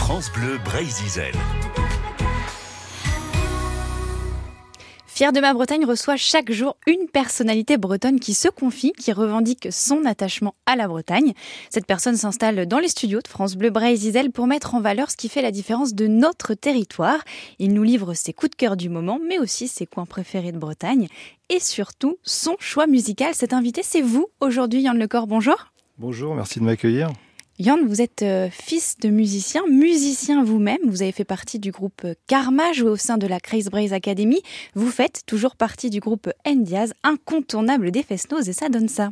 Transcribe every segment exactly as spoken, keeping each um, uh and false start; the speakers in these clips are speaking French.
France Bleu Brésil. Fier de ma Bretagne reçoit chaque jour une personnalité bretonne qui se confie, qui revendique son attachement à la Bretagne. Cette personne s'installe dans les studios de France Bleu Brésil pour mettre en valeur ce qui fait la différence de notre territoire. Il nous livre ses coups de cœur du moment, mais aussi ses coins préférés de Bretagne. Et surtout, son choix musical. Cet invité, c'est vous aujourd'hui, Yann Lecor. Bonjour. Bonjour, merci de m'accueillir. Yann, vous êtes euh, fils de musicien, musicien vous-même. Vous avez fait partie du groupe Karma, joué au sein de la Crazy Braze Academy. Vous faites toujours partie du groupe Ndiaz, incontournable des Fest-Noz, et ça donne ça.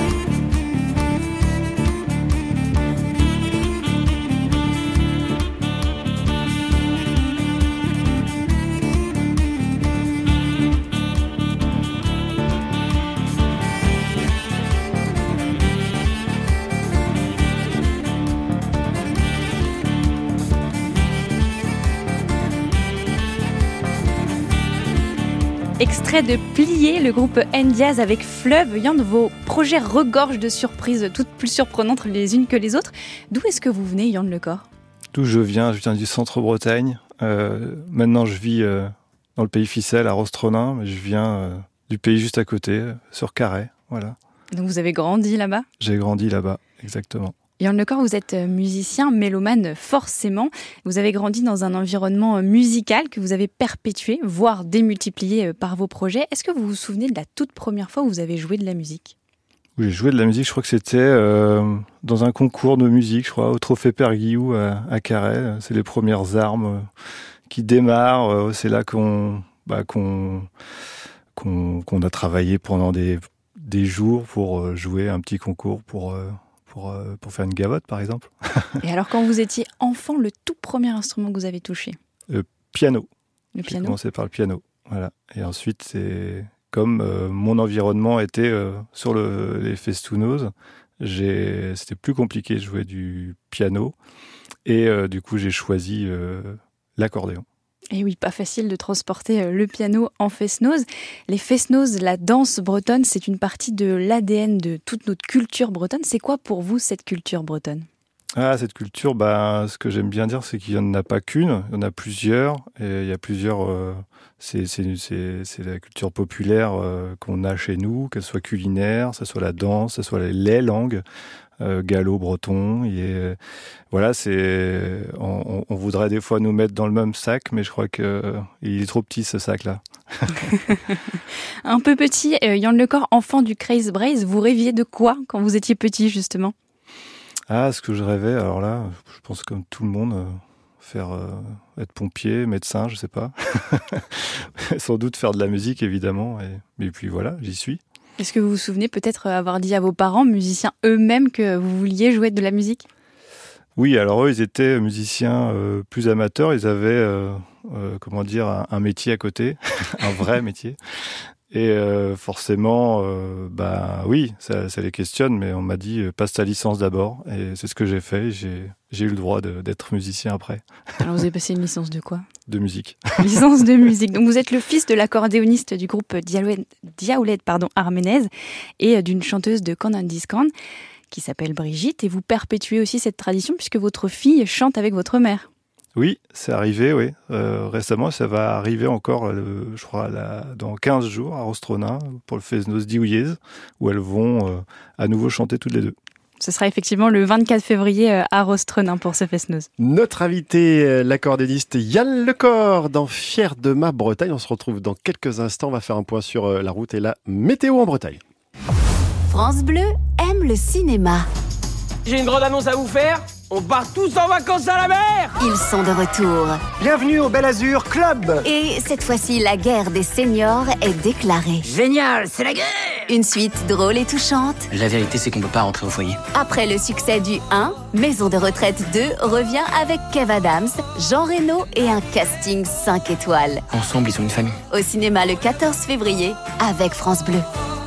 Extrait de Plié, le groupe Ndiaz avec Fleuve. Yann, vos projets regorgent de surprises, toutes plus surprenantes les unes que les autres. D'où est-ce que vous venez, Yann Lecor ? D'où je viens, je viens du centre-Bretagne. Euh, maintenant, je vis euh, dans le pays Ficelle, à Rostronin, mais je viens euh, du pays juste à côté, euh, sur Carhaix, voilà. Donc vous avez grandi là-bas ? J'ai grandi là-bas, exactement. Yann Lecor, vous êtes musicien, mélomane forcément. Vous avez grandi dans un environnement musical que vous avez perpétué, voire démultiplié par vos projets. Est-ce que vous vous souvenez de la toute première fois où vous avez joué de la musique ? Oui, j'ai joué de la musique, je crois que c'était euh, dans un concours de musique, je crois, au Trophée Père Guillou à, à Carhaix. C'est les premières armes euh, qui démarrent. Euh, c'est là qu'on, bah, qu'on, qu'on, qu'on a travaillé pendant des, des jours pour jouer un petit concours pour... Euh, Pour, euh, pour faire une gavotte, par exemple. Et alors, quand vous étiez enfant, le tout premier instrument que vous avez touché ? Le piano. Le J'ai piano. commencé par le piano, voilà. Et ensuite, c'est comme euh, mon environnement était euh, sur le, les Fest-Noz, j'ai, c'était plus compliqué de jouer du piano. Et euh, du coup, j'ai choisi euh, l'accordéon. Et oui, pas facile de transporter le piano en Fest-Noz. Les Fest-Noz, la danse bretonne, c'est une partie de l'A D N de toute notre culture bretonne. C'est quoi pour vous cette culture bretonne ? Ah, cette culture, bah, ce que j'aime bien dire, c'est qu'il n'y en a pas qu'une, il y en a plusieurs. Et il y a plusieurs. Euh, c'est, c'est, c'est, c'est la culture populaire euh, qu'on a chez nous, qu'elle soit culinaire, que ce soit la danse, que ce soit les, les langues. Euh, gallo, breton, et euh, voilà, c'est, on, on voudrait des fois nous mettre dans le même sac, mais je crois que euh, il est trop petit ce sac-là. Un peu petit, euh, Yann Lecor, enfant du Crazy Braze, vous rêviez de quoi quand vous étiez petit justement ? Ah, ce que je rêvais, alors là, je pense comme tout le monde, euh, faire euh, être pompier, médecin, je sais pas, sans doute faire de la musique évidemment, et, et puis voilà, j'y suis. Est-ce que vous vous souvenez peut-être avoir dit à vos parents, musiciens eux-mêmes, que vous vouliez jouer de la musique ? Oui, alors eux, ils étaient musiciens euh, plus amateurs. Ils avaient, euh, euh, comment dire, un, un métier à côté, un vrai métier. Et euh, forcément, euh, bah oui, ça, ça les questionne, mais on m'a dit euh, passe ta licence d'abord, et c'est ce que j'ai fait. J'ai, j'ai eu le droit de, d'être musicien après. Alors vous avez passé une licence de quoi ? De musique. Licence de musique. Donc vous êtes le fils de l'accordéoniste du groupe Diaouled, pardon, Arménèse, et d'une chanteuse de Canandiscan qui s'appelle Brigitte, et vous perpétuez aussi cette tradition puisque votre fille chante avec votre mère. Oui, c'est arrivé, oui. Euh, récemment, ça va arriver encore, le, je crois, la, dans quinze jours à Rostronin pour le Fest-Noz Diouillez, où elles vont euh, à nouveau chanter toutes les deux. Ce sera effectivement le vingt-quatre février à Rostronin pour ce Fest-Noz. Notre invité, l'accordéoniste Yann Lecor, dans Fier de ma Bretagne. On se retrouve dans quelques instants. On va faire un point sur la route et la météo en Bretagne. France Bleu aime le cinéma. J'ai une grande annonce à vous faire. On part tous en vacances à la mer. Ils sont de retour. Bienvenue au Bel Azur Club. Et cette fois-ci, la guerre des seniors est déclarée. Génial, c'est la guerre. Une suite drôle et touchante. La vérité, c'est qu'on peut pas rentrer au foyer. Après le succès du un, Maison de retraite deux revient avec Kev Adams, Jean Reno et un casting cinq étoiles. Ensemble, ils sont une famille. Au cinéma le quatorze février avec France Bleu.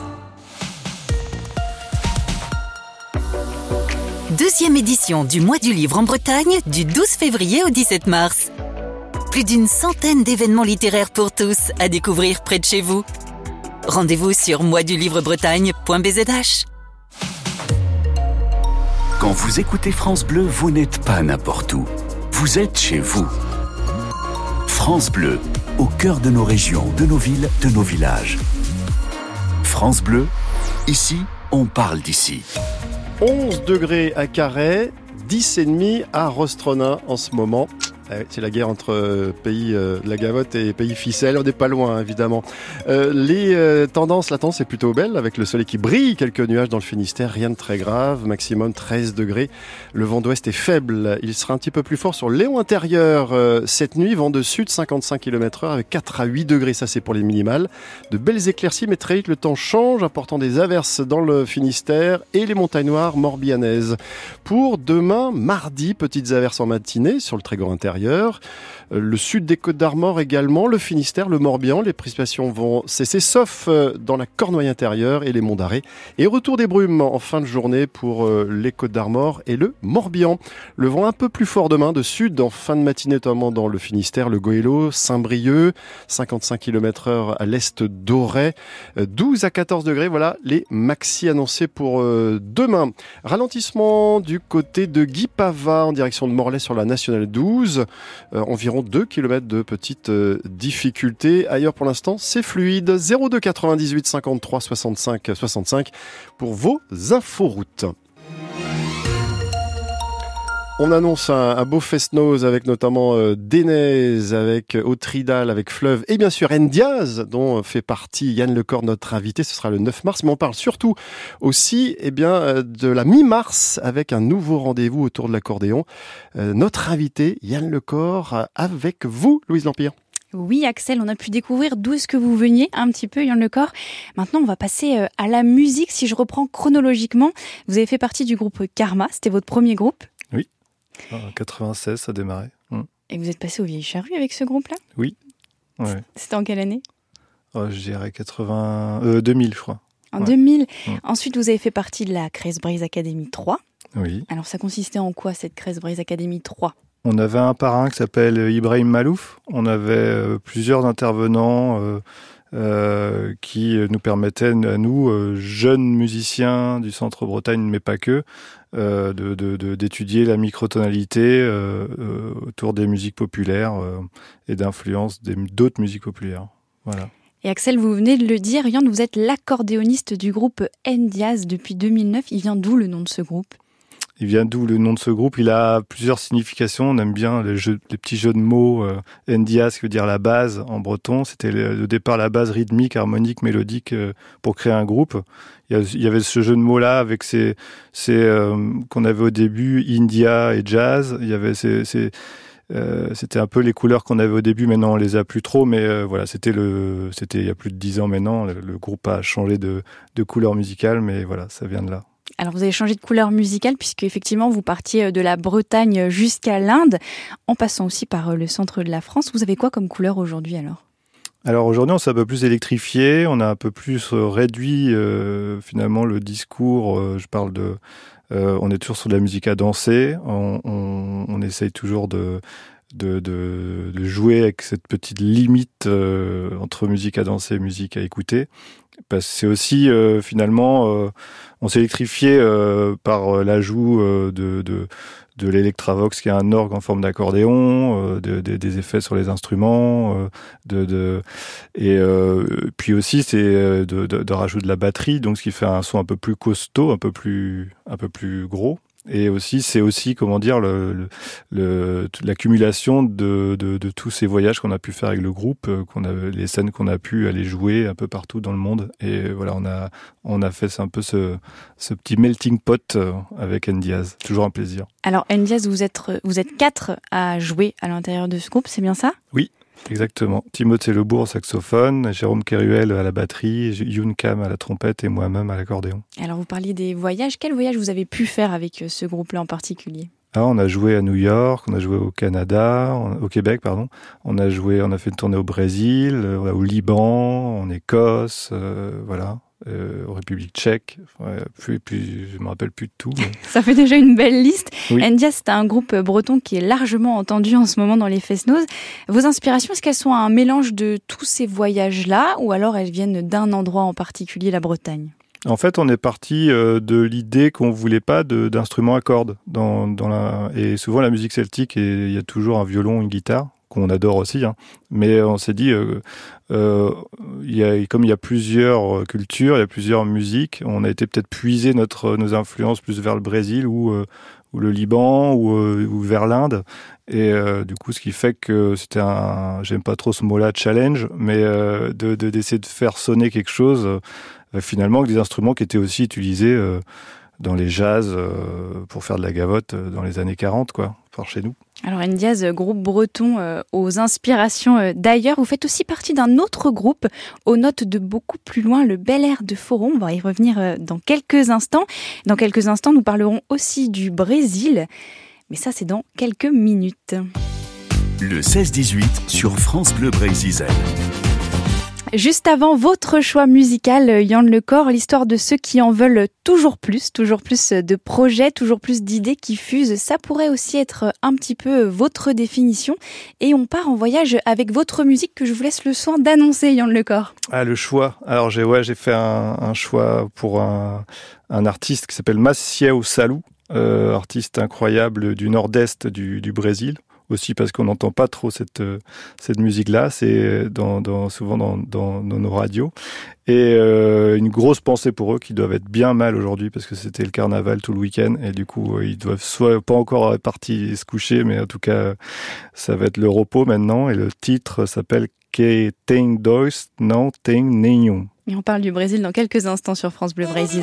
Deuxième édition du Mois du Livre en Bretagne, du douze février au dix-sept mars. Plus d'une centaine d'événements littéraires pour tous à découvrir près de chez vous. Rendez-vous sur moi du livre bretagne point b z h. Quand vous écoutez France Bleu, vous n'êtes pas n'importe où. vous êtes chez vous. France Bleu, au cœur de nos régions, de nos villes, de nos villages. France Bleu, ici, on parle d'ici. onze degrés à Carhaix, dix virgule cinq à Rostronin en ce moment. C'est la guerre entre pays euh, de la Gavotte et pays ficelle. On n'est pas loin, évidemment. Euh, les euh, tendances, la tendance est plutôt belle, avec le soleil qui brille, quelques nuages dans le Finistère, rien de très grave, maximum treize degrés. Le vent d'ouest est faible, il sera un petit peu plus fort sur Léon intérieur euh, cette nuit, vent de sud cinquante-cinq kilomètres heure avec quatre à huit degrés, ça c'est pour les minimales. De belles éclaircies, mais très vite le temps change, apportant des averses dans le Finistère et les montagnes noires morbihanaises. Pour demain, mardi, petites averses en matinée sur le Trégor intérieur. Le sud des Côtes-d'Armor également, le Finistère, le Morbihan, les précipitations vont cesser, sauf dans la Cornouaille intérieure et les monts d'Arrée. Et retour des brumes en fin de journée pour les Côtes-d'Armor et le Morbihan. Le vent un peu plus fort demain de sud en fin de matinée, notamment dans le Finistère, le Goëlo, Saint-Brieuc, cinquante-cinq kilomètres heure à l'est d'Auray, douze à quatorze degrés, voilà les maxi annoncés pour demain. Ralentissement du côté de Guipava en direction de Morlaix sur la Nationale douze. Euh, environ deux kilomètres de petites euh, difficultés. Ailleurs pour l'instant c'est fluide. zéro deux quatre-vingt-dix-huit cinquante-trois soixante-cinq soixante-cinq pour vos inforoutes. On annonce un, un beau fest-noz avec notamment euh, Dénez, avec euh, Autridal, avec Fleuve et bien sûr Ndiaz, dont fait partie Yann Lecor, notre invité. Ce sera le neuf mars, mais on parle surtout aussi eh bien, euh, de la mi-mars avec un nouveau rendez-vous autour de l'accordéon. Euh, notre invité Yann Lecor euh, avec vous, Louise Lampire. Oui, Axel, on a pu découvrir d'où est-ce que vous veniez un petit peu, Yann Lecor. Maintenant, on va passer à la musique. Si je reprends chronologiquement, vous avez fait partie du groupe Karma, c'était votre premier groupe. Oui. En quatre-vingt-seize, ça a démarré. Mmh. Et vous êtes passé aux Vieilles Charrues avec ce groupe-là ? Oui. Ouais. C'était en quelle année ? Oh, je dirais quatre-vingts... Euh, deux mille, je crois. En ouais. deux mille. Mmh. Ensuite, vous avez fait partie de la Crest Braze Academy trois. Oui. Alors, ça consistait en quoi, cette Crest Braze Academy trois ? On avait un parrain qui s'appelle Ibrahim Malouf. On avait euh, plusieurs intervenants euh, euh, qui nous permettaient, à nous, euh, jeunes musiciens du centre Bretagne, mais pas que, euh, de, de, de, d'étudier la microtonalité euh, euh, autour des musiques populaires euh, et d'influence des, d'autres musiques populaires. Voilà. Et Axel, vous venez de le dire, Yann, vous êtes l'accordéoniste du groupe Ndiaz depuis deux mille neuf. Il vient d'où le nom de ce groupe ? Il vient d'où le nom de ce groupe ? Il a plusieurs significations. On aime bien les, jeux, les petits jeux de mots. Euh, Ndiaz, qui veut dire la base en breton. C'était le, au départ la base rythmique, harmonique, mélodique euh, pour créer un groupe. Il y, a, il y avait ce jeu de mots-là avec ces, ces euh, qu'on avait au début, India et jazz. Il y avait ces, ces euh, c'était un peu les couleurs qu'on avait au début. Maintenant, on les a plus trop, mais euh, voilà, c'était le, c'était il y a plus de dix ans maintenant. Le, le groupe a changé de, de couleur musicale, mais voilà, ça vient de là. Alors vous avez changé de couleur musicale puisque effectivement vous partiez de la Bretagne jusqu'à l'Inde, en passant aussi par le centre de la France. Vous avez quoi comme couleur aujourd'hui alors ? Alors aujourd'hui on s'est un peu plus électrifié, on a un peu plus réduit euh, finalement le discours. Euh, je parle de, euh, on est toujours sur de la musique à danser, on, on, on essaye toujours de De, de, de jouer avec cette petite limite euh, entre musique à danser et musique à écouter. Parce que c'est aussi euh, finalement, euh, on s'est électrifié euh, par l'ajout euh, de, de, de l'Electravox, qui est un orgue en forme d'accordéon, euh, de, de, des effets sur les instruments, euh, de, de, et euh, puis aussi c'est de, de, de rajouter de la batterie, donc ce qui fait un son un peu plus costaud, un peu plus, un peu plus gros. Et aussi, c'est aussi, comment dire, le, le, le, l'accumulation de, de, de tous ces voyages qu'on a pu faire avec le groupe, qu'on a, les scènes qu'on a pu aller jouer un peu partout dans le monde. Et voilà, on a, on a fait un peu ce, ce petit melting pot avec Ndiaz. Toujours un plaisir. Alors, Ndiaz, vous êtes, vous êtes quatre à jouer à l'intérieur de ce groupe, c'est bien ça ? Oui. Exactement. Timothée Lebourg au saxophone, Jérôme Keruel à la batterie, Youn Kam à la trompette et moi-même à l'accordéon. Alors vous parliez des voyages. Quel voyage vous avez pu faire avec ce groupe-là en particulier ? Ah, on a joué à New York, on a joué au Canada, au Québec, pardon. On a joué, on a fait une tournée au Brésil, au Liban, en Écosse, euh, voilà. Euh, en République tchèque, ouais, puis, puis je me rappelle plus de tout. Mais... Ça fait déjà une belle liste. Oui. Ndiaz, c'est un groupe breton qui est largement entendu en ce moment dans les fest-noz. Vos inspirations, est-ce qu'elles sont un mélange de tous ces voyages-là ou alors elles viennent d'un endroit en particulier, la Bretagne ? En fait, on est parti euh, de l'idée qu'on voulait pas de, d'instruments à cordes. Dans, dans la... Et souvent, la musique celtique, il y a toujours un violon, une guitare, qu'on adore aussi. Hein. Mais on s'est dit, euh, euh, y a, comme il y a plusieurs cultures, il y a plusieurs musiques, on a été peut-être puiser notre, nos influences plus vers le Brésil ou, euh, ou le Liban ou, euh, ou vers l'Inde. Et euh, du coup, ce qui fait que c'était un, j'aime pas trop ce mot-là, challenge, mais euh, de, de, d'essayer de faire sonner quelque chose, euh, finalement, avec des instruments qui étaient aussi utilisés euh, dans les jazz euh, pour faire de la gavotte euh, dans les années quarante, quoi, par chez nous. Alors Ndiaz, groupe breton euh, aux inspirations euh, d'ailleurs, vous faites aussi partie d'un autre groupe aux notes de beaucoup plus loin, le Bel Air de Foron. On va y revenir euh, dans quelques instants. Dans quelques instants, nous parlerons aussi du Brésil, mais ça c'est dans quelques minutes. Le seize dix-huit sur France Bleu Brésil. Juste avant, votre choix musical, Yann Lecor, l'histoire de ceux qui en veulent toujours plus, toujours plus de projets, toujours plus d'idées qui fusent. Ça pourrait aussi être un petit peu votre définition. Et on part en voyage avec votre musique que je vous laisse le soin d'annoncer, Yann Lecor. Ah, le choix. Alors, j'ai, ouais, j'ai fait un, un choix pour un, un artiste qui s'appelle Maciel Salou, euh, artiste incroyable du nord-est du, du Brésil. Aussi parce qu'on n'entend pas trop cette cette musique-là, c'est dans, dans souvent dans, dans, dans nos radios. Et euh, une grosse pensée pour eux qui doivent être bien mal aujourd'hui parce que c'était le carnaval tout le week-end et du coup ils doivent soit pas encore partir se coucher, mais en tout cas ça va être le repos maintenant. Et le titre s'appelle Que tem dois, não tem nenhum. Et on parle du Brésil dans quelques instants sur France Bleu Brésil.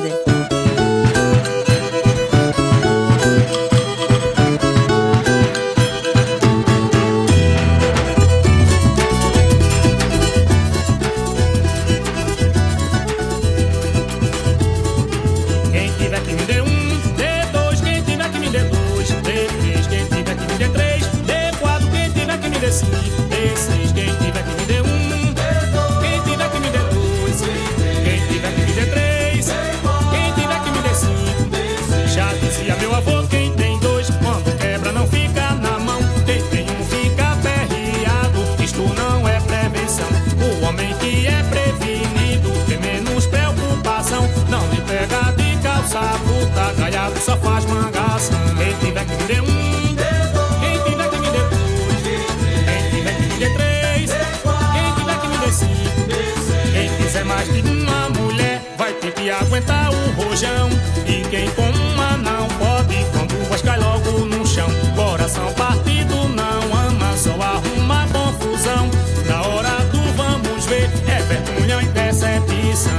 Só faz mangação. Quem tiver que me dê um, quem tiver que me dê dois, quem tiver que me dê três, quem tiver que me dê cinco. Quem quiser mais de uma mulher vai ter que aguentar o rojão. E quem com uma não pode, quando o voz cai logo no chão. Coração partido não ama, só arruma confusão. Na hora do vamos ver, é vergonha e decepção.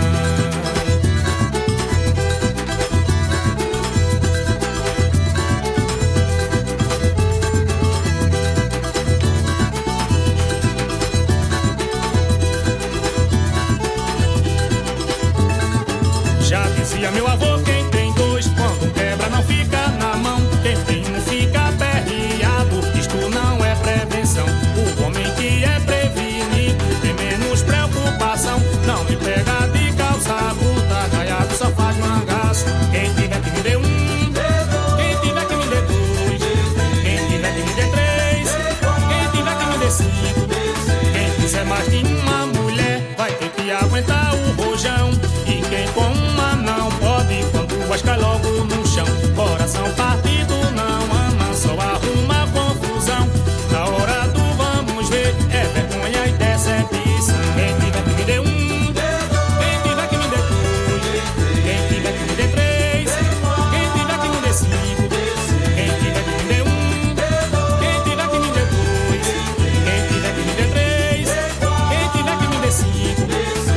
Meu avô, quem tem dois, quando quebra não fica na mão. Quem tem um fica aperreado, isto não é prevenção. O homem que é prevenido tem menos preocupação. Não me pega de calça curta, caiado só faz mangaço. Quem tiver que me dê um, quem tiver que me dê dois, quem tiver que me dê três, quem tiver que me dê cinco. Quem quiser mais de uma mulher vai ter que aguentar o rojão. E quem com uma não pode, quando o voz cai logo no chão. Coração partido não ama, só arruma confusão. Na hora do vamos ver, é vergonha e decepção. Quem tiver que me dê um, quem tiver que me dê dois, quem tiver que me dê três, quem tiver que me dê cinco. Quem tiver que me dê um, quem tiver que me dê dois, quem tiver que me dê três, quem tiver que me dê cinco.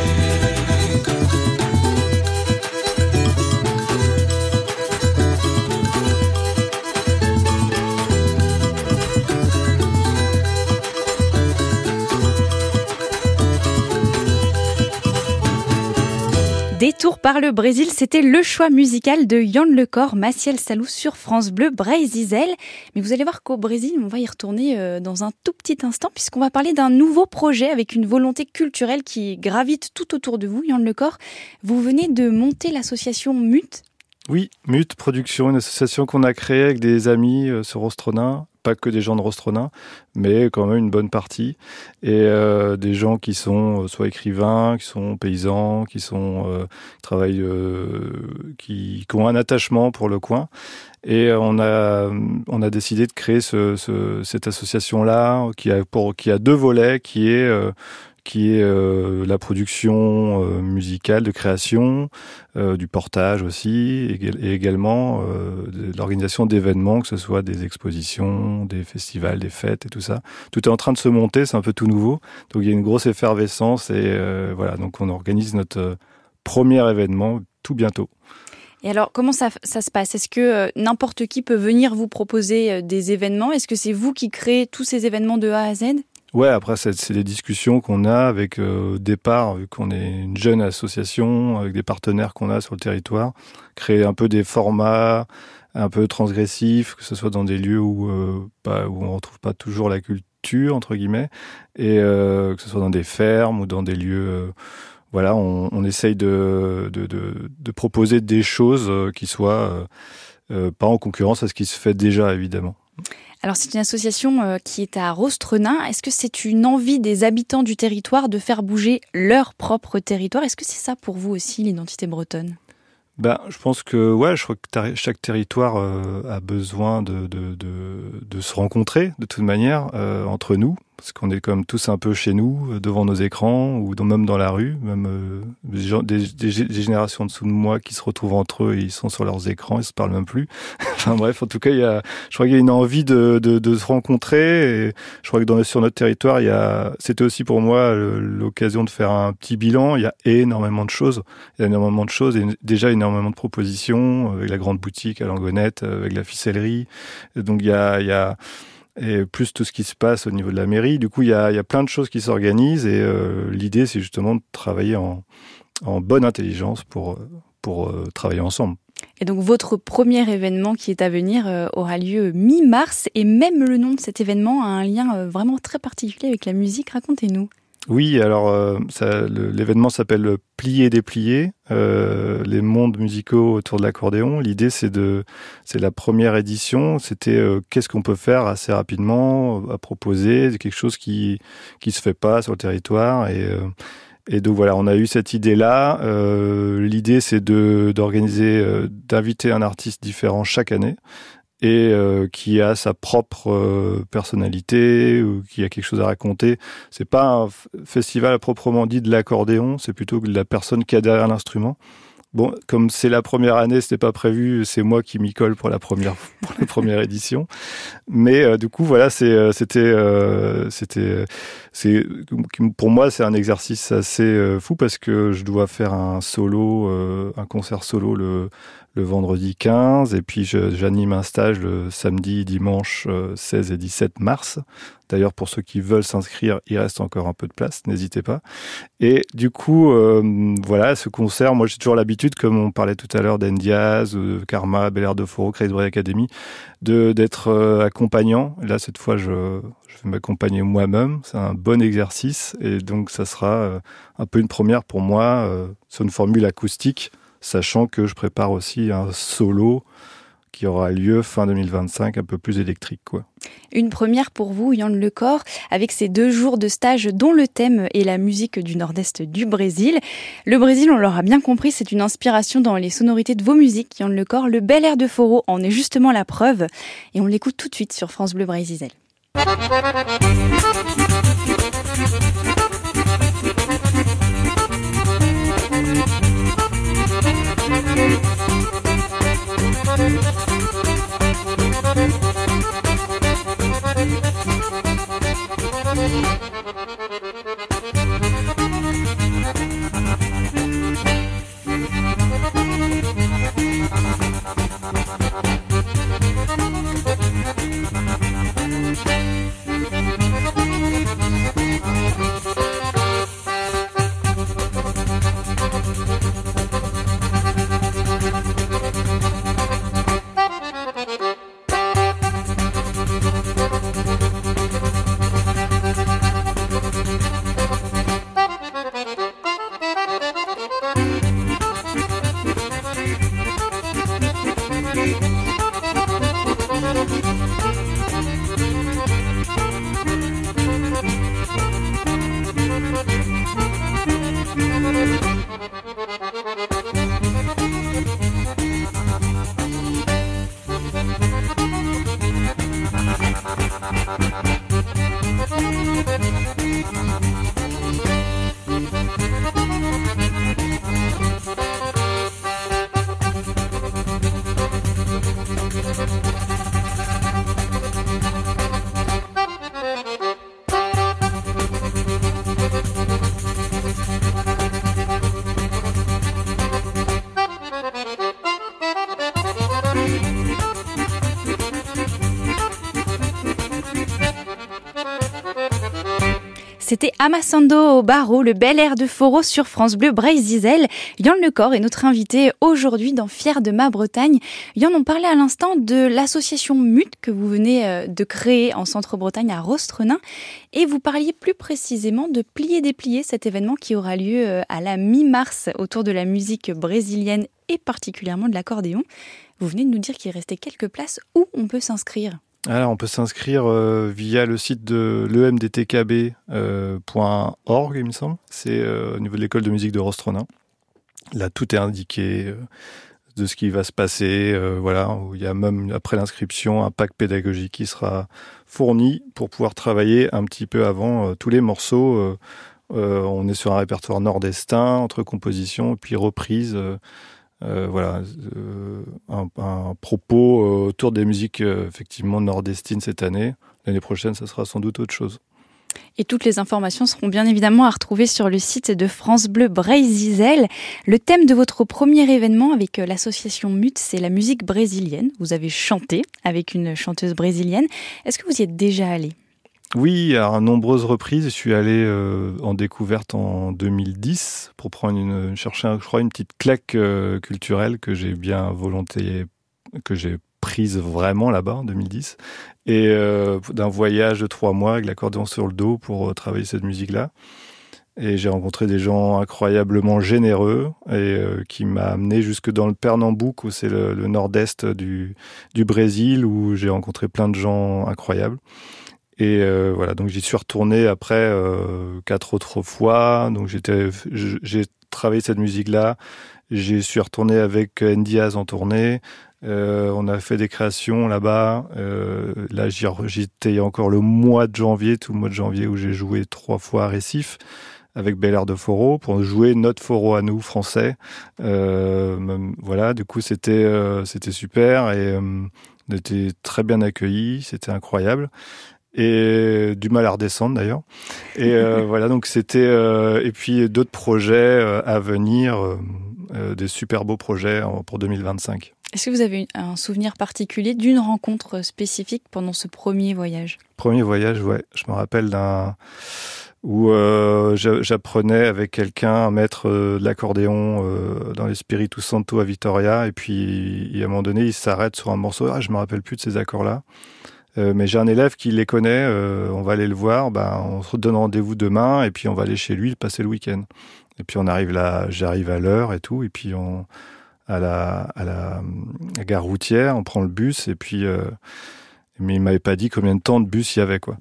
Détour par le Brésil, c'était le choix musical de Yann Lecor, Maciel Salou sur France Bleu Brésil. Mais vous allez voir qu'au Brésil, on va y retourner dans un tout petit instant puisqu'on va parler d'un nouveau projet avec une volonté culturelle qui gravite tout autour de vous. Yann Lecor, vous venez de monter l'association M U T. Oui, M U T Production, une association qu'on a créée avec des amis euh, sur Ostrona pas que des gens de Rostronin, mais quand même une bonne partie. Et euh, des gens qui sont soit écrivains, qui sont paysans, qui sont euh, qui travaillent, euh, qui, qui ont un attachement pour le coin. Et on a on a décidé de créer ce, ce, cette association-là qui a pour qui a deux volets, qui est euh, qui est euh, la production euh, musicale de création, euh, du portage aussi, et, et également euh, de l'organisation d'événements, que ce soit des expositions, des festivals, des fêtes et tout ça. Tout est en train de se monter, c'est un peu tout nouveau, donc il y a une grosse effervescence et euh, voilà, donc on organise notre euh, premier événement tout bientôt. Et alors, comment ça, ça se passe ? Est-ce que euh, n'importe qui peut venir vous proposer euh, des événements ? Est-ce que c'est vous qui créez tous ces événements de A à Z ? Ouais, après, c'est, c'est des discussions qu'on a avec, euh, au départ, vu qu'on est une jeune association, avec des partenaires qu'on a sur le territoire, créer un peu des formats un peu transgressifs, que ce soit dans des lieux où, euh, pas, où on retrouve pas toujours la culture, entre guillemets, et euh, que ce soit dans des fermes ou dans des lieux... Euh, voilà, on, on essaye de, de, de, de proposer des choses qui soient euh, euh, pas en concurrence à ce qui se fait déjà, évidemment. Alors, c'est une association euh, qui est à Rostronin. Est-ce que c'est une envie des habitants du territoire de faire bouger leur propre territoire ? Est-ce que c'est ça pour vous aussi, l'identité bretonne ? Ben, je pense que ouais, je crois que tar- chaque territoire euh, a besoin de, de, de, de se rencontrer de toute manière euh, entre nous, parce qu'on est comme tous un peu chez nous, euh, devant nos écrans ou dans, même dans la rue, même euh, des, gens, des, des, des générations en dessous de moi qui se retrouvent entre eux et ils sont sur leurs écrans, ils se parlent même plus. Enfin bref, en tout cas, il y a, je crois qu'il y a une envie de, de, de se rencontrer. Et je crois que dans, sur notre territoire, il y a, c'était aussi pour moi l'occasion de faire un petit bilan. Il y a énormément de choses, il y a énormément de choses et déjà énormément de propositions avec la grande boutique à Langonette, avec la ficellerie. Et donc il y a, il y a et plus tout ce qui se passe au niveau de la mairie. Du coup, il y a, il y a plein de choses qui s'organisent et euh, l'idée, c'est justement de travailler en, en bonne intelligence pour, pour euh, travailler ensemble. Et donc, votre premier événement qui est à venir euh, aura lieu mi-mars et même le nom de cet événement a un lien euh, vraiment très particulier avec la musique. Racontez-nous. Oui, alors euh, ça, le, l'événement s'appelle Plier déplier, euh, les mondes musicaux autour de l'accordéon. L'idée, c'est de, c'est la première édition. C'était euh, qu'est-ce qu'on peut faire assez rapidement à proposer, quelque chose qui qui se fait pas sur le territoire. Et euh, et donc voilà, on a eu cette idée-là. Euh, l'idée, c'est de d'organiser, euh, d'inviter un artiste différent chaque année. Et euh, qui a sa propre euh, personnalité ou qui a quelque chose à raconter. C'est pas un f- festival à proprement dit de l'accordéon, c'est plutôt de la personne qui a derrière l'instrument. Bon, comme c'est la première année, c'était pas prévu, c'est moi qui m'y colle pour la première pour la première édition. Mais euh, du coup, voilà, c'est c'était euh, c'était c'est pour moi c'est un exercice assez euh, fou parce que je dois faire un solo, euh, un concert solo le le vendredi quinze, et puis je, j'anime un stage le samedi, dimanche euh, seize et dix-sept mars. D'ailleurs, pour ceux qui veulent s'inscrire, il reste encore un peu de place, n'hésitez pas. Et du coup, euh, voilà, ce concert, moi j'ai toujours l'habitude, comme on parlait tout à l'heure d'Endiaz, ou de Karma, Bel Air de Foro, Crazy Break Academy, de, d'être euh, accompagnant. Et là, cette fois, je, je vais m'accompagner moi-même. C'est un bon exercice, et donc ça sera euh, un peu une première pour moi, euh, sur une formule acoustique, sachant que je prépare aussi un solo qui aura lieu fin deux mille vingt-cinq, un peu plus électrique, quoi. Une première pour vous, Yann Lecor, avec ces deux jours de stage dont le thème est la musique du nord-est du Brésil. Le Brésil, on l'aura bien compris, c'est une inspiration dans les sonorités de vos musiques, Yann Lecor. Le Bel Air de Foro en est justement la preuve. Et on l'écoute tout de suite sur France Bleu Brésil. C'était Amassando au barreau, le bel air de Foro sur France Bleu Brésil. Yann Lecor est notre invité aujourd'hui dans Fier de ma Bretagne. Yann, on parlait à l'instant de l'association M U T que vous venez de créer en Centre-Bretagne à Rostrenain. Et vous parliez plus précisément de Plier déplier, cet événement qui aura lieu à la mi-mars autour de la musique brésilienne et particulièrement de l'accordéon. Vous venez de nous dire qu'il restait quelques places où on peut s'inscrire. Alors, on peut s'inscrire euh, via le site de l'e m d t k b point org, il me semble. C'est euh, au niveau de l'école de musique de Rostrenain. Là, tout est indiqué euh, de ce qui va se passer. Euh, voilà, où il y a même, après l'inscription, un pack pédagogique qui sera fourni pour pouvoir travailler un petit peu avant euh, tous les morceaux. Euh, euh, on est sur un répertoire nord-estin, entre compositions et puis reprises. Euh, Euh, voilà, euh, un, un propos euh, autour des musiques euh, effectivement nord-estines cette année. L'année prochaine, ça sera sans doute autre chose. Et toutes les informations seront bien évidemment à retrouver sur le site de France Bleu Brésil. Le thème de votre premier événement avec l'association M U T, c'est la musique brésilienne. Vous avez chanté avec une chanteuse brésilienne. Est-ce que vous y êtes déjà allé ? Oui, à nombreuses reprises. Je suis allé euh, en découverte en deux mille dix pour prendre une, chercher, un, je crois, une petite claque euh, culturelle que j'ai bien volonté, que j'ai prise vraiment là-bas en deux mille dix, et euh, d'un voyage de trois mois avec l'accordéon sur le dos pour euh, travailler cette musique-là. Et j'ai rencontré des gens incroyablement généreux et euh, qui m'a amené jusque dans le Pernambouc, où c'est le, le nord-est du, du Brésil, où j'ai rencontré plein de gens incroyables. Et euh, voilà, donc j'y suis retourné après euh, quatre autres fois. Donc j'étais, j'ai travaillé cette musique-là. J'y suis retourné avec Ndiaz en tournée. Euh, on a fait des créations là-bas. Euh, là, j'y, j'étais encore le mois de janvier, tout le mois de janvier, où j'ai joué trois fois à Récif avec Bel Air de Foro pour jouer notre Foro à nous français. Euh, même, voilà, du coup c'était euh, c'était super et euh, on était très bien accueillis. C'était incroyable. Et du mal à redescendre d'ailleurs. Et euh, voilà, donc c'était euh, et puis d'autres projets euh, à venir, euh, euh, des super beaux projets en, pour deux mille vingt-cinq. Est-ce que vous avez un souvenir particulier d'une rencontre spécifique pendant ce premier voyage ? Premier voyage, ouais. Je me rappelle d'un où euh, j'apprenais avec quelqu'un à mettre euh, de l'accordéon euh, dans l'Espiritu Santo à Vitoria, et puis à un moment donné, il s'arrête sur un morceau. Ah, je me rappelle plus de ces accords-là. Euh, mais j'ai un élève qui les connaît, euh, on va aller le voir, ben, on se donne rendez-vous demain et puis on va aller chez lui passer le week-end. Et puis on arrive là, j'arrive à l'heure et tout, et puis on à la à la, la gare routière, on prend le bus et puis euh, mais il m'avait pas dit combien de temps de bus il y avait quoi.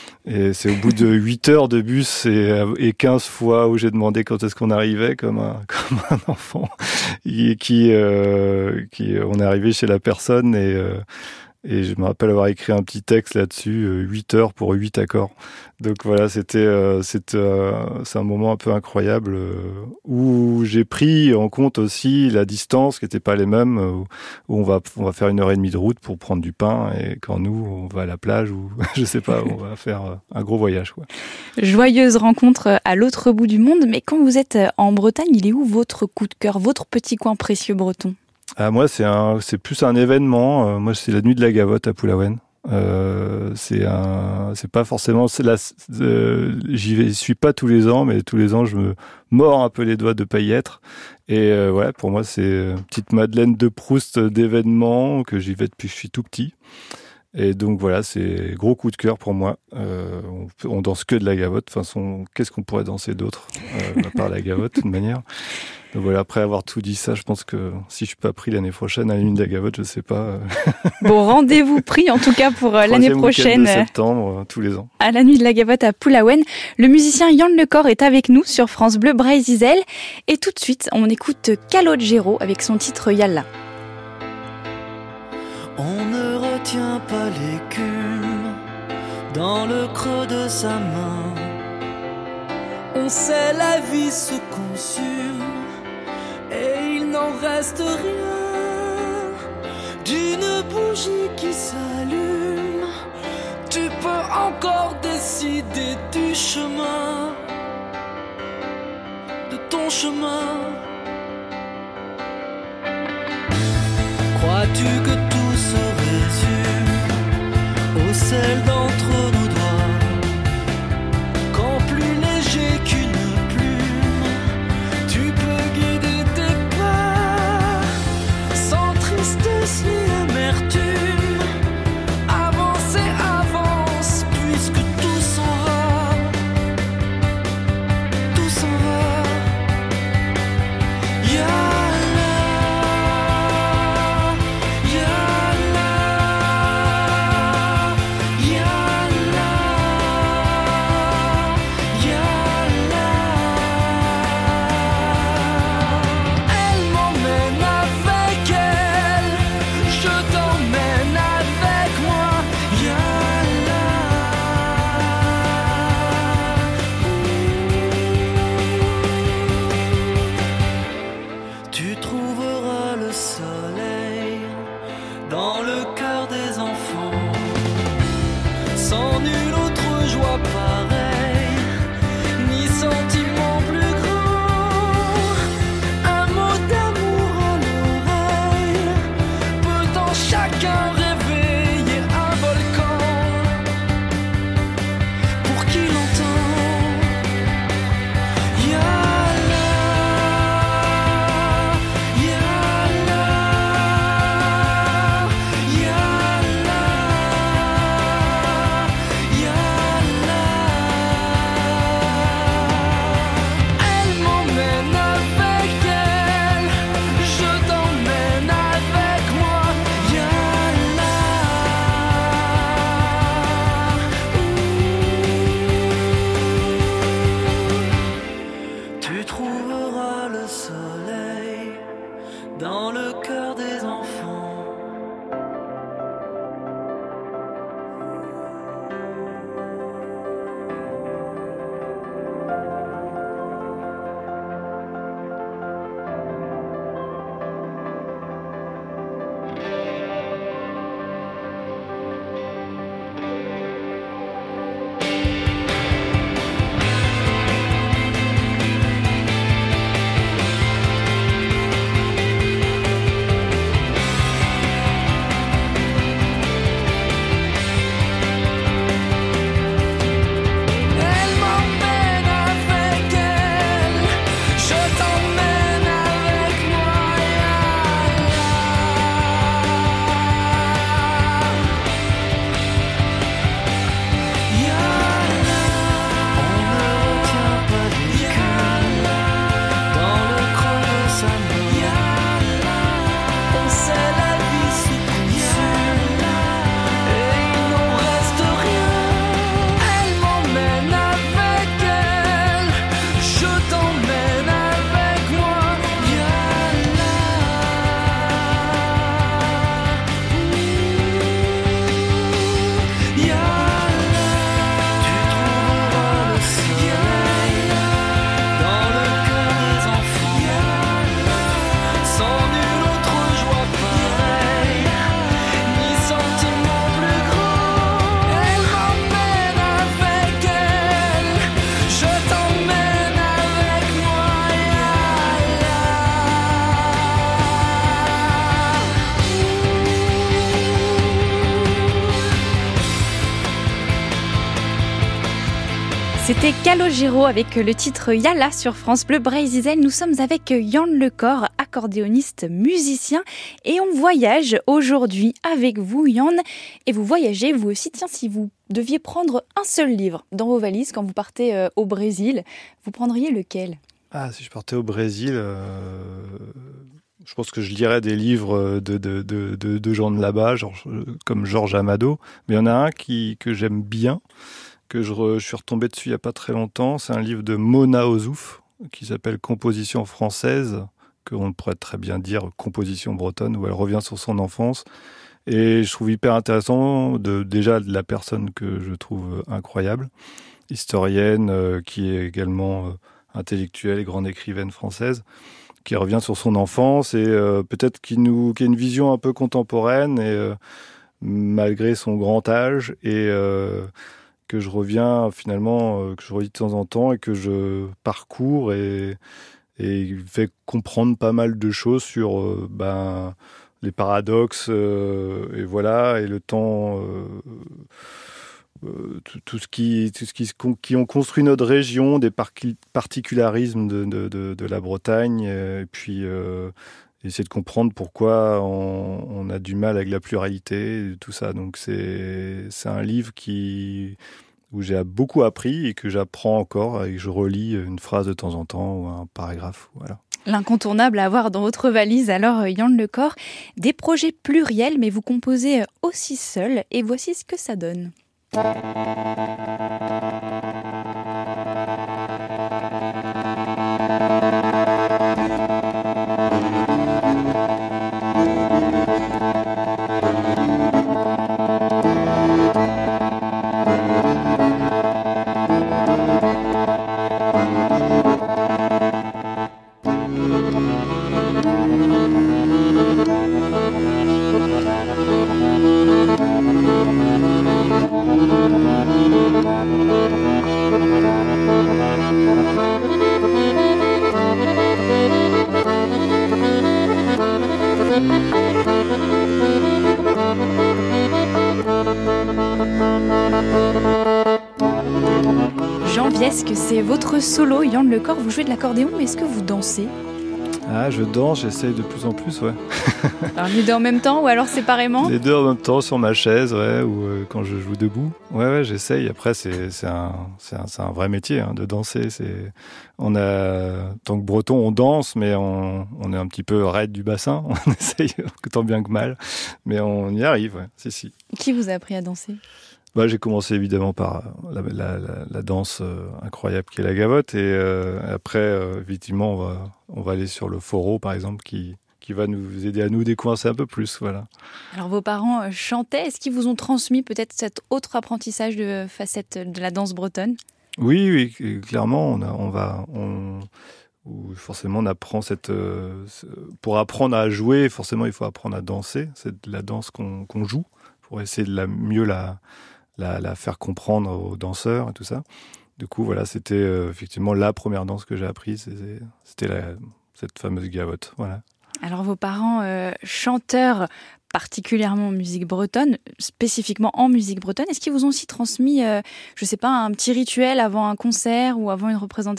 Et c'est au bout de huit heures de bus et, et quinze fois où j'ai demandé quand est-ce qu'on arrivait comme un comme un enfant et qui euh, qui on est arrivé chez la personne et euh, Et je me rappelle avoir écrit un petit texte là-dessus, euh, huit heures pour huit accords. Donc voilà, c'était, euh, c'était euh, c'est un moment un peu incroyable euh, où j'ai pris en compte aussi la distance qui n'était pas les mêmes, euh, où on va, on va faire une heure et demie de route pour prendre du pain, et quand nous, on va à la plage ou je sais pas, on va faire euh, un gros voyage, quoi. Joyeuse rencontre à l'autre bout du monde, mais quand vous êtes en Bretagne, il est où votre coup de cœur, votre petit coin précieux breton ? Ah, moi, c'est un, c'est plus un événement. Euh, moi, c'est la nuit de la Gavotte à Pulawen. Euh, c'est un, c'est pas forcément, c'est la, euh, j'y vais, j'y suis pas tous les ans, mais tous les ans, je me mords un peu les doigts de pas y être. Et euh, ouais, pour moi, c'est une petite Madeleine de Proust d'événements que j'y vais depuis que je suis tout petit. Et donc voilà, c'est gros coup de cœur pour moi. Euh, on, on danse que de la gavotte. De toute façon, qu'est-ce qu'on pourrait danser d'autre euh, à part la gavotte, de toute manière. Donc voilà, après avoir tout dit ça, je pense que si je suis pas pris l'année prochaine à la nuit de la gavotte, je sais pas. Bon, rendez-vous pris en tout cas pour l'année prochaine. De septembre, euh, tous les ans. À la nuit de la gavotte à Pulawen. Le musicien Yann Lecor est avec nous sur France Bleu Brésil. Et tout de suite, on écoute Calogero avec son titre Yalla. On ne retient pas l'écume dans le creux de sa main. On sait la vie se consume et il n'en reste rien d'une bougie qui s'allume. Tu peux encore décider du chemin, de ton chemin. Crois-tu que tout se résume au sel d'entre nos doigts, quand plus léger qu'une plume, tu peux guider tes pas, sans tristesse ni amertume. Avance et avance, puisque tout s'en va, tout s'en va. Yeah. C'était Calogero avec le titre Yala sur France Bleu Brésil. Nous sommes avec Yann Lecor, accordéoniste, musicien, et on voyage aujourd'hui avec vous, Yann. Et vous voyagez vous aussi. Tiens, si vous deviez prendre un seul livre dans vos valises quand vous partez euh, au Brésil, vous prendriez lequel ? Ah, si je partais au Brésil, euh, je pense que je lirais des livres de, de, de, de, de gens de là-bas, genre, comme Georges Amado. Mais il y en a un qui, que j'aime bien, que je, re, je suis retombé dessus il n'y a pas très longtemps. C'est un livre de Mona Ozouf qui s'appelle Composition française, qu'on pourrait très bien dire composition bretonne, où elle revient sur son enfance. Et je trouve hyper intéressant de, déjà de la personne que je trouve incroyable, historienne, euh, qui est également euh, intellectuelle et grande écrivaine française, qui revient sur son enfance et euh, peut-être qui nous, qui a une vision un peu contemporaine et euh, malgré son grand âge et euh, que je reviens finalement, euh, que je relis de temps en temps et que je parcours et, et il fait comprendre pas mal de choses sur euh, ben, les paradoxes euh, et voilà et le temps, euh, euh, tout, tout ce qui, tout ce qui, qui ont construit notre région, des par- particularismes de, de, de, de la Bretagne et puis euh, essayer de comprendre pourquoi on, on a du mal avec la pluralité, et tout ça. Donc c'est c'est un livre qui où j'ai beaucoup appris et que j'apprends encore et que je relis une phrase de temps en temps ou un paragraphe. Voilà. L'incontournable à avoir dans votre valise, alors Yann Lecor, des projets pluriels, mais vous composez aussi seul, et voici ce que ça donne. Jean Viesque, c'est votre solo, Yann Lecor. Vous jouez de l'accordéon, mais est-ce que vous dansez ? Ah, je danse, j'essaye de plus en plus, ouais. Alors les deux en même temps ou alors séparément ? Les deux en même temps sur ma chaise, ouais, ou euh, quand je joue debout. Ouais, ouais, j'essaye. Après, c'est, c'est, un, c'est, un, c'est un vrai métier hein, de danser. C'est, on a, en tant que breton, on danse, mais on, on est un petit peu raide du bassin. On essaye tant bien que mal, mais on y arrive, ouais. Si, si. Qui vous a appris à danser ? Bah, j'ai commencé évidemment par la, la, la, la danse euh, incroyable qui est la gavotte et euh, après euh, effectivement on va, on va aller sur le foro par exemple qui, qui va nous aider à nous décoincer un peu plus. Voilà. Alors vos parents chantaient, est-ce qu'ils vous ont transmis peut-être cet autre apprentissage de facette de la danse bretonne ? Oui, oui, clairement on, a, on va... On... Où forcément on apprend cette euh, pour apprendre à jouer forcément il faut apprendre à danser, c'est de la danse qu'on, qu'on joue pour essayer de la mieux la La, la faire comprendre aux danseurs et tout ça. Du coup, voilà, c'était euh, effectivement la première danse que j'ai apprise. C'était, c'était la, cette fameuse gavotte. Voilà. Alors, vos parents, euh, chanteurs, particulièrement en musique bretonne, spécifiquement en musique bretonne, est-ce qu'ils vous ont aussi transmis, euh, je sais pas, un petit rituel avant un concert ou avant une représentation ?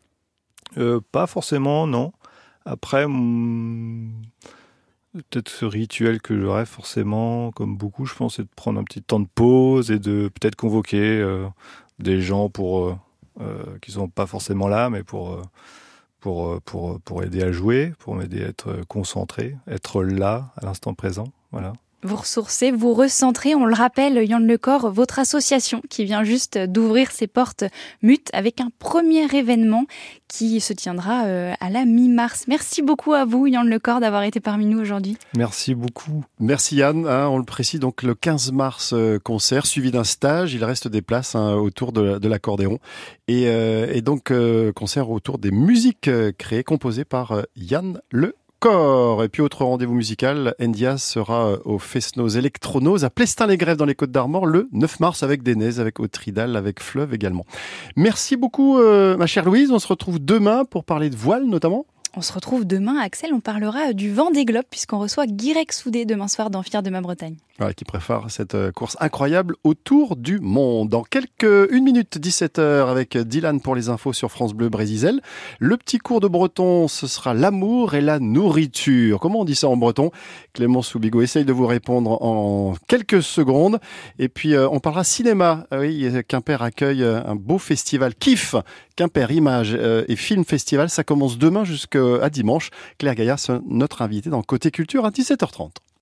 euh, Pas forcément, non. Après, hum, peut-être ce rituel que j'aurais forcément, comme beaucoup, je pense, c'est de prendre un petit temps de pause et de peut-être convoquer euh, des gens pour euh, euh, qui sont pas forcément là, mais pour euh, pour pour pour aider à jouer, pour m'aider à être concentré, être là à l'instant présent, voilà. Vous ressourcez, vous recentrez, on le rappelle, Yann Lecor, votre association qui vient juste d'ouvrir ses portes mute avec un premier événement qui se tiendra à la mi-mars. Merci beaucoup à vous, Yann Lecor, d'avoir été parmi nous aujourd'hui. Merci beaucoup. Merci Yann. Hein, on le précise, donc le quinze mars, euh, concert suivi d'un stage. Il reste des places hein, autour de, de l'accordéon. Et, euh, et donc, euh, concert autour des musiques euh, créées, composées par euh, Yann Lecor. Et puis autre rendez-vous musical, Endia sera au Fesnos Electronos à Plestin-les-Grèves dans les Côtes-d'Armor le neuf mars avec Dénez, avec Autridal, avec Fleuve également. Merci beaucoup euh, ma chère Louise, on se retrouve demain pour parler de voile notamment. On se retrouve demain, Axel, on parlera du Vendée Globe puisqu'on reçoit Guirec Soudé demain soir dans Fier de ma Bretagne. Voilà, qui prépare cette course incroyable autour du monde. Dans quelques une minute, dix-sept heures, avec Dylan pour les infos sur France Bleu Brésil. Le petit cours de breton, ce sera l'amour et la nourriture. Comment on dit ça en breton ? Clément Soubigo essaye de vous répondre en quelques secondes. Et puis, euh, on parlera cinéma. Euh, oui, Quimper accueille un beau festival K I F, Quimper Images euh, et Film Festival. Ça commence demain jusqu'à dimanche. Claire Gaillard, c'est notre invitée dans Côté Culture à dix-sept heures trente.